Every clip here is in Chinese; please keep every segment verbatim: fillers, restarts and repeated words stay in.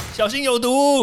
小心有毒。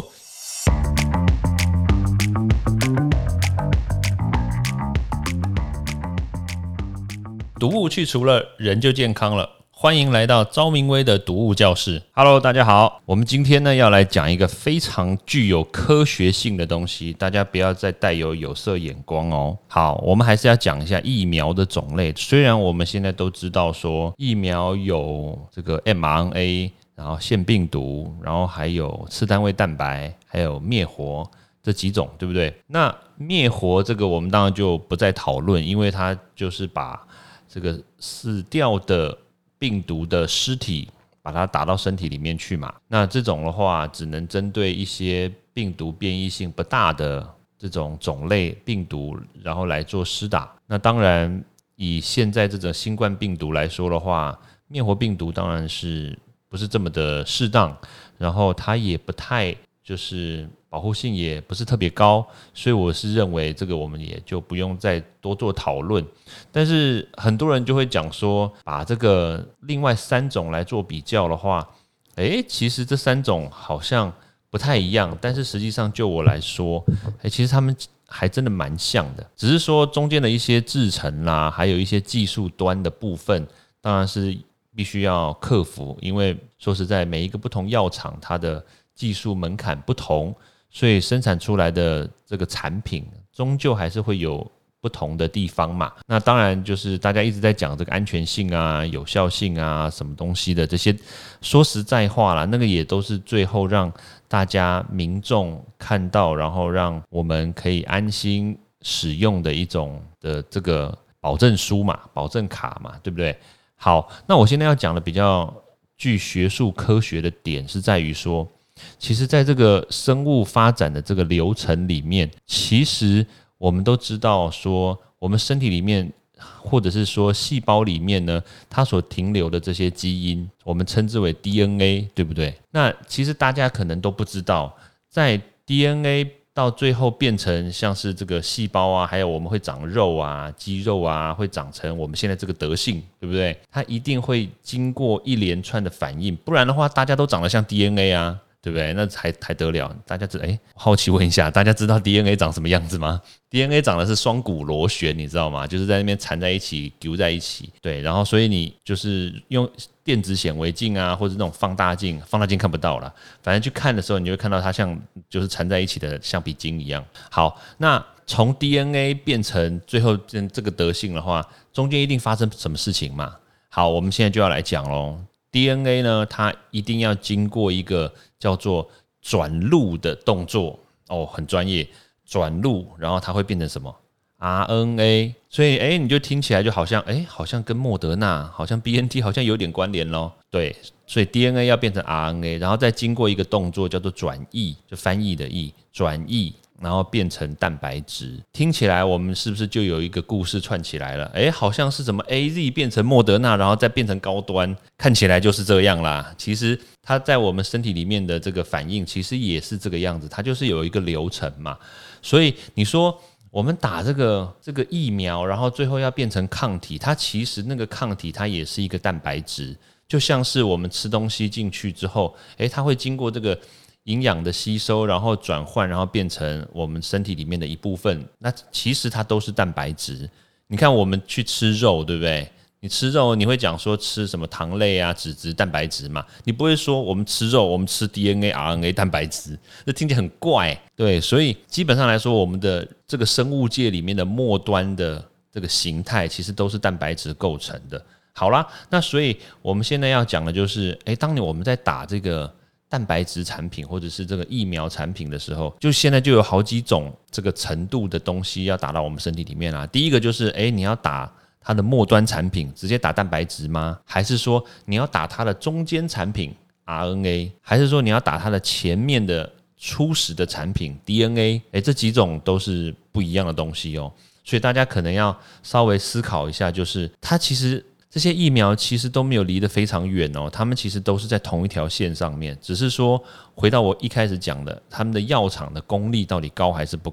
毒物去除了，人就健康了。欢迎来到昭明威的毒物教室。Hello， 大家好。我们今天呢要来讲一个非常具有科学性的东西，大家不要再带有有色眼光哦。好，我们还是要讲一下疫苗的种类。虽然我们现在都知道说疫苗有这个 M R N A， 然后腺病毒，然后还有次单位蛋白，还有灭活这几种，对不对？那灭活这个我们当然就不再讨论，因为它就是把这个死掉的病毒的尸体把它打到身体里面去嘛，那这种的话只能针对一些病毒变异性不大的这种种类病毒然后来做施打。那当然以现在这种新冠病毒来说的话，灭活病毒当然是不是这么的适当，然后它也不太就是保护性也不是特别高，所以我是认为这个我们也就不用再多做讨论。但是很多人就会讲说，把这个另外三种来做比较的话，诶，其实这三种好像不太一样，但是实际上就我来说，诶，其实他们还真的蛮像的，只是说中间的一些制程啦，还有一些技术端的部分，当然是必须要克服，因为说实在，每一个不同药厂它的技术门槛不同，所以生产出来的这个产品终究还是会有不同的地方嘛。那当然就是大家一直在讲这个安全性啊、有效性啊、什么东西的这些，说实在话啦，那个也都是最后让大家民众看到，然后让我们可以安心使用的一种的这个保证书嘛、保证卡嘛，对不对？好，那我现在要讲的比较具学术科学的点是在于说，其实在这个生物发展的这个流程里面，其实我们都知道说，我们身体里面或者是说细胞里面呢，它所停留的这些基因，我们称之为 D N A， 对不对？那其实大家可能都不知道，在 D N A 到最后变成像是这个细胞啊，还有我们会长肉啊、肌肉啊，会长成我们现在这个德性，对不对？它一定会经过一连串的反应，不然的话，大家都长得像 D N A 啊。对不对？那还还得了？大家知哎，好奇问一下，大家知道 D N A 长什么样子吗？ D N A 长的是双股螺旋，你知道吗？就是在那边缠在一起、丢在一起。对，然后所以你就是用电子显微镜啊，或者那种放大镜，放大镜看不到啦，反正去看的时候，你就会看到它像就是缠在一起的橡皮筋一样。好，那从 D N A 变成最后这个德性的话，中间一定发生什么事情嘛？好，我们现在就要来讲咯。D N A 呢，它一定要经过一个叫做转录的动作哦，很专业，转录，然后它会变成什么 R N A， 所以哎，你就听起来就好像哎，好像跟莫德纳、好像 B N T 好像有点关联咯。对，所以 D N A 要变成 R N A， 然后再经过一个动作叫做转译，就翻译的译，转译。然后变成蛋白质，听起来我们是不是就有一个故事串起来了？哎，好像是什么 A Z 变成莫德纳，然后再变成高端，看起来就是这样啦。其实它在我们身体里面的这个反应，其实也是这个样子，它就是有一个流程嘛。所以你说我们打这个这个疫苗，然后最后要变成抗体，它其实那个抗体它也是一个蛋白质，就像是我们吃东西进去之后，哎，它会经过这个营养的吸收，然后转换，然后变成我们身体里面的一部分。那其实它都是蛋白质。你看我们去吃肉，对不对？你吃肉，你会讲说吃什么糖类啊、脂质、蛋白质嘛？你不会说我们吃肉，我们吃 D N A、R N A 蛋白质，这听起来很怪。对，所以基本上来说，我们的这个生物界里面的末端的这个形态，其实都是蛋白质构成的。好啦，那所以我们现在要讲的就是，哎，当我们在打这个蛋白质产品或者是这个疫苗产品的时候，就现在就有好几种这个程度的东西要打到我们身体里面啦。第一个就是，哎，你要打它的末端产品，直接打蛋白质吗？还是说你要打它的中间产品 R N A， 还是说你要打它的前面的初始的产品 D N A？ 哎，这几种都是不一样的东西哦。所以大家可能要稍微思考一下，就是它其实这些疫苗其实都没有离得非常远哦，他们其实都是在同一条线上面，只是说回到我一开始讲的，他们的药厂的功力到底高还是不高？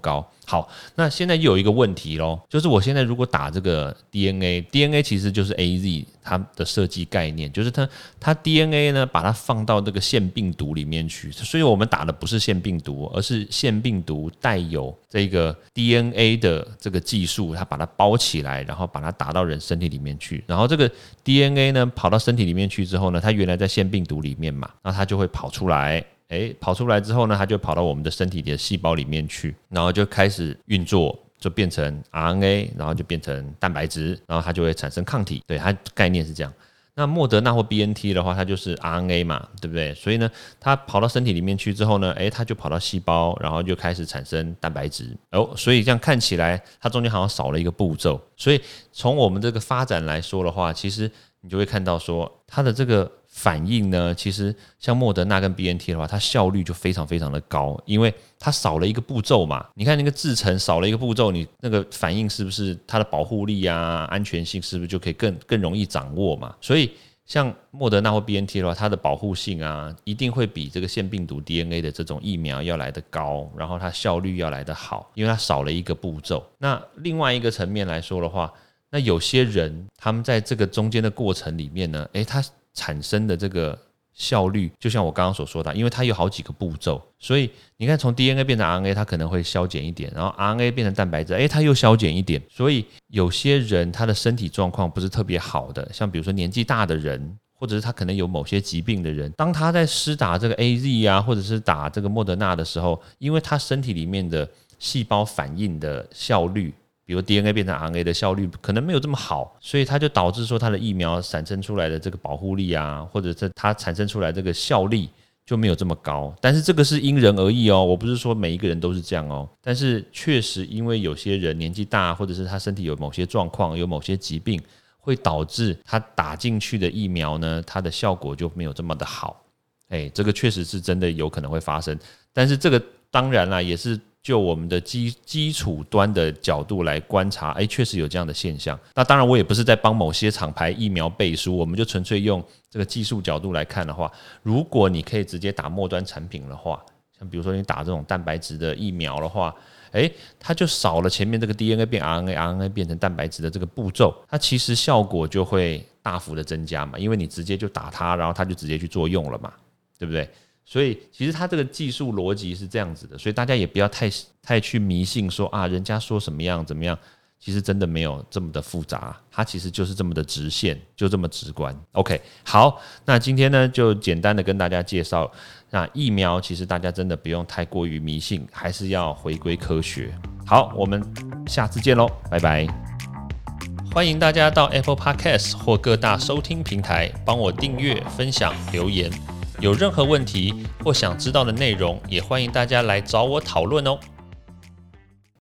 好，那现在又有一个问题咯，就是我现在如果打这个 D N A，D N A 其实就是 A Z 它的设计概念，就是它它 D N A 呢把它放到这个腺病毒里面去，所以我们打的不是腺病毒，而是腺病毒带有这个 D N A 的这个技术，它把它包起来，然后把它打到人身体里面去，然后这个 D N A 呢跑到身体里面去之后呢，它原来在腺病毒里面嘛，那它就会跑出来。哎，跑出来之后呢，它就跑到我们的身体里的细胞里面去，然后就开始运作，就变成 R N A， 然后就变成蛋白质，然后它就会产生抗体。对，它概念是这样。那莫德纳或 B N T 的话，它就是 R N A 嘛，对不对？所以呢，它跑到身体里面去之后呢，哎，它就跑到细胞，然后就开始产生蛋白质。哦，所以这样看起来，它中间好像少了一个步骤。所以从我们这个发展来说的话，其实你就会看到说，它的这个反应呢，其实像莫德纳跟 B N T 的话，它效率就非常非常的高，因为它少了一个步骤嘛。你看那个制程少了一个步骤，你那个反应是不是它的保护力啊、安全性是不是就可以更更容易掌握嘛？所以像莫德纳或 B N T 的话，它的保护性啊，一定会比这个腺病毒 D N A 的这种疫苗要来得高，然后它效率要来得好，因为它少了一个步骤。那另外一个层面来说的话，那有些人他们在这个中间的过程里面呢，诶，他产生的这个效率，就像我刚刚所说的，因为它有好几个步骤，所以你看从 D N A 变成 R N A， 它可能会消减一点，然后 R N A 变成蛋白质，诶，它又消减一点，所以有些人他的身体状况不是特别好的，像比如说年纪大的人，或者是他可能有某些疾病的人，当他在施打这个 A Z 啊，或者是打这个莫德纳的时候，因为他身体里面的细胞反应的效率，比如 D N A 变成 R N A 的效率可能没有这么好，所以它就导致说它的疫苗产生出来的这个保护力啊，或者是它产生出来这个效力就没有这么高。但是这个是因人而异哦，我不是说每一个人都是这样哦。但是确实因为有些人年纪大，或者是他身体有某些状况，有某些疾病，会导致他打进去的疫苗呢，它的效果就没有这么的好。哎，这个确实是真的有可能会发生。但是这个当然啦，也是就我们的 基, 基础端的角度来观察，哎，确实有这样的现象。那当然，我也不是在帮某些厂牌疫苗背书，我们就纯粹用这个技术角度来看的话，如果你可以直接打末端产品的话，像比如说你打这种蛋白质的疫苗的话，哎，它就少了前面这个 D N A 变 R N A，R N A 变成蛋白质的这个步骤，它其实效果就会大幅的增加嘛，因为你直接就打它，然后它就直接去作用了嘛，对不对？所以其实它这个技术逻辑是这样子的，所以大家也不要太太去迷信说啊，人家说什么样怎么样，其实真的没有这么的复杂，它其实就是这么的直线，就这么直观。OK， 好，那今天呢就简单的跟大家介绍，那疫苗其实大家真的不用太过于迷信，还是要回归科学。好，我们下次见喽，拜拜。欢迎大家到 Apple Podcast 或各大收听平台帮我订阅、分享、留言。有任何问题或想知道的内容，也欢迎大家来找我讨论哦。